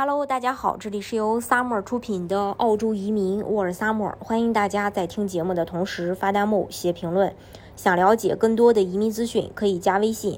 Hello， 大家好，这里是由 Summer 出品的澳洲移民，我是 Summer， 欢迎大家在听节目的同时发弹幕、写评论。想了解更多的移民资讯，可以加微信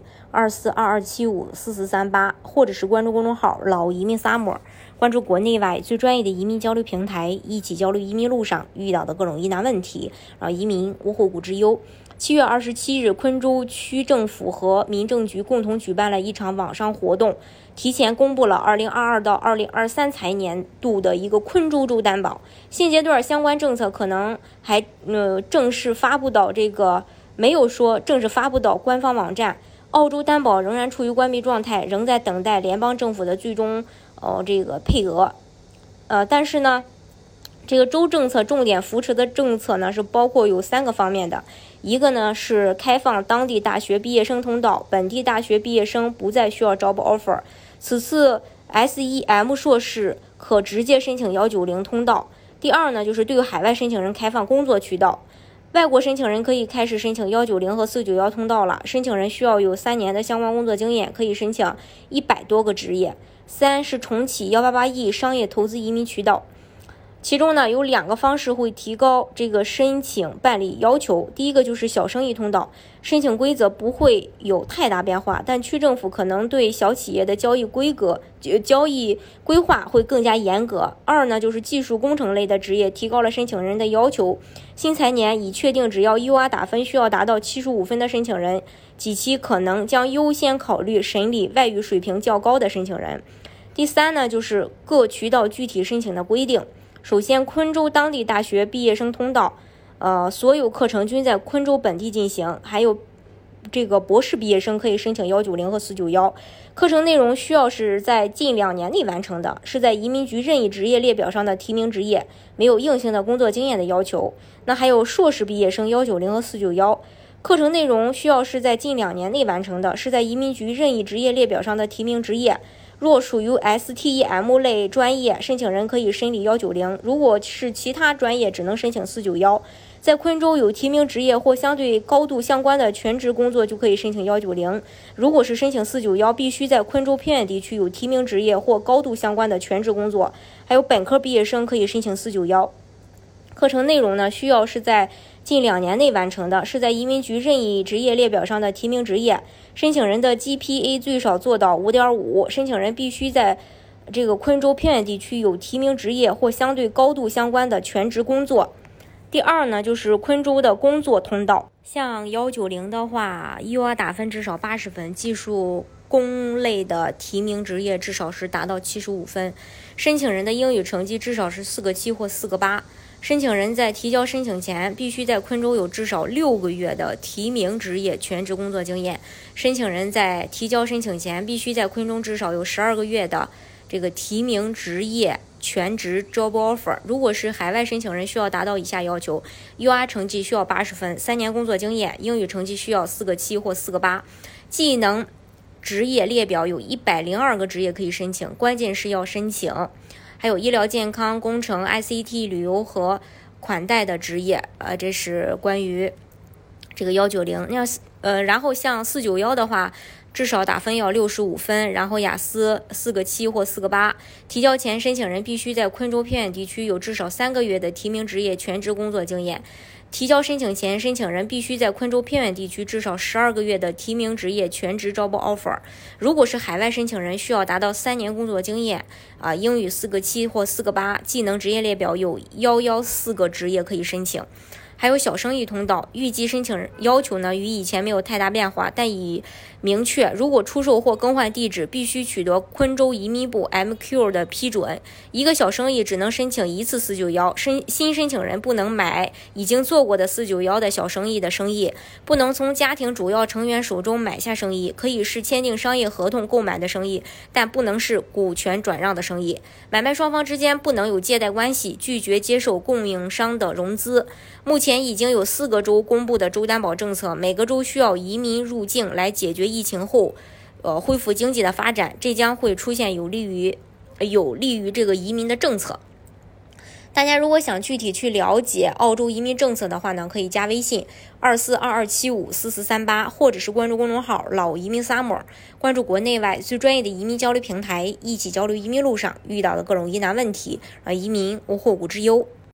2422754438，或者是关注公众号老移民 Summer， 关注国内外最专业的移民交流平台，一起交流移民路上遇到的各种疑难问题，让移民无后顾之忧。7月27日，昆州区政府和民政局共同举办了一场网上活动，提前公布了2022到2023财年度的一个昆州州担保。现阶段相关政策可能还正式发布到没有说正式发布到官方网站。澳洲担保仍然处于关闭状态，仍在等待联邦政府的最终配额。但是呢，这个州政策重点扶持的政策呢是包括有3个方面的。一个呢是开放当地大学毕业生通道，本地大学毕业生不再需要 job offer。此次 SEM 硕士可直接申请190通道。第二呢就是对海外申请人开放工作渠道，外国申请人可以开始申请190和491通道了。申请人需要有3年的相关工作经验，可以申请100多个职业。3是重启188E 商业投资移民渠道。其中呢有2个方式会提高这个申请办理要求。第一个就是小生意通道，申请规则不会有太大变化，但区政府可能对小企业的交易规划会更加严格。2呢就是技术工程类的职业提高了申请人的要求，新财年已确定只要 UR 打分需要达到75分的申请人，几期可能将优先考虑审理外语水平较高的申请人。第3呢就是各渠道具体申请的规定。首先，昆州当地大学毕业生通道，所有课程均在昆州本地进行，还有这个博士毕业生可以申请190和491。课程内容需要是在近2年内完成的，是在移民局任意职业列表上的提名职业，没有硬性的工作经验的要求。那还有硕士毕业生190和491，课程内容需要是在近2年内完成的，是在移民局任意职业列表上的提名职业。若属于 STEM 类专业，申请人可以申理190，如果是其他专业只能申请491。在昆州有提名职业或相对高度相关的全职工作就可以申请190，如果是申请491，必须在昆州偏远地区有提名职业或高度相关的全职工作。还有本科毕业生可以申请491。课程内容呢需要是在近2年内完成的，是在移民局任意职业列表上的提名职业。申请人的 GPA 最少做到 5.5， 申请人必须在这个昆州偏远地区有提名职业或相对高度相关的全职工作。第2呢就是昆州的工作通道，像190的话 UR 打分至少80分，技术工类的提名职业至少是达到75分，申请人的英语成绩至少是4个7或4个8。申请人在提交申请前必须在昆州有至少6个月的提名职业全职工作经验。申请人在提交申请前必须在昆州至少有12个月的这个提名职业全职 job offer。 如果是海外申请人需要达到以下要求： UR 成绩需要80分，3年工作经验，英语成绩需要4个7或4个8。技能职业列表有102个职业可以申请，关键是要申请。还有医疗健康、工程、ICT、旅游和款待的职业，这是关于这个190。然后像491的话，至少打分要65分，然后雅思4个7或4个8。提交前，申请人必须在昆州偏远地区有至少3个月的提名职业全职工作经验。提交申请前，申请人必须在昆州偏远地区至少12个月的提名职业全职 job offer。 如果是海外申请人，需要达到3年工作经验，英语4个7或4个8，技能职业列表有114个职业可以申请。还有小生意通道，预计申请要求呢与以前没有太大变化，但已明确，如果出售或更换地址，必须取得昆州移民部 MQ 的批准。一个小生意只能申请1次491，新申请人不能买已经做过的491的小生意的生意，不能从家庭主要成员手中买下生意，可以是签订商业合同购买的生意，但不能是股权转让的生意。买卖双方之间不能有借贷关系，拒绝接受供应商的融资。目前已经有4个州公布的州担保政策，每个州需要移民入境来解决疫情后恢复经济的发展，这将会出现有利于这个移民的政策。 大家如果想具体去了解澳洲移民政策的话呢，可以加微信2422754438，或者是关注公众号老移民 Summer， 关注国内外最专业的移民交流平台，一起交流移民路上遇到的各种疑难问题，让移民无后顾之忧。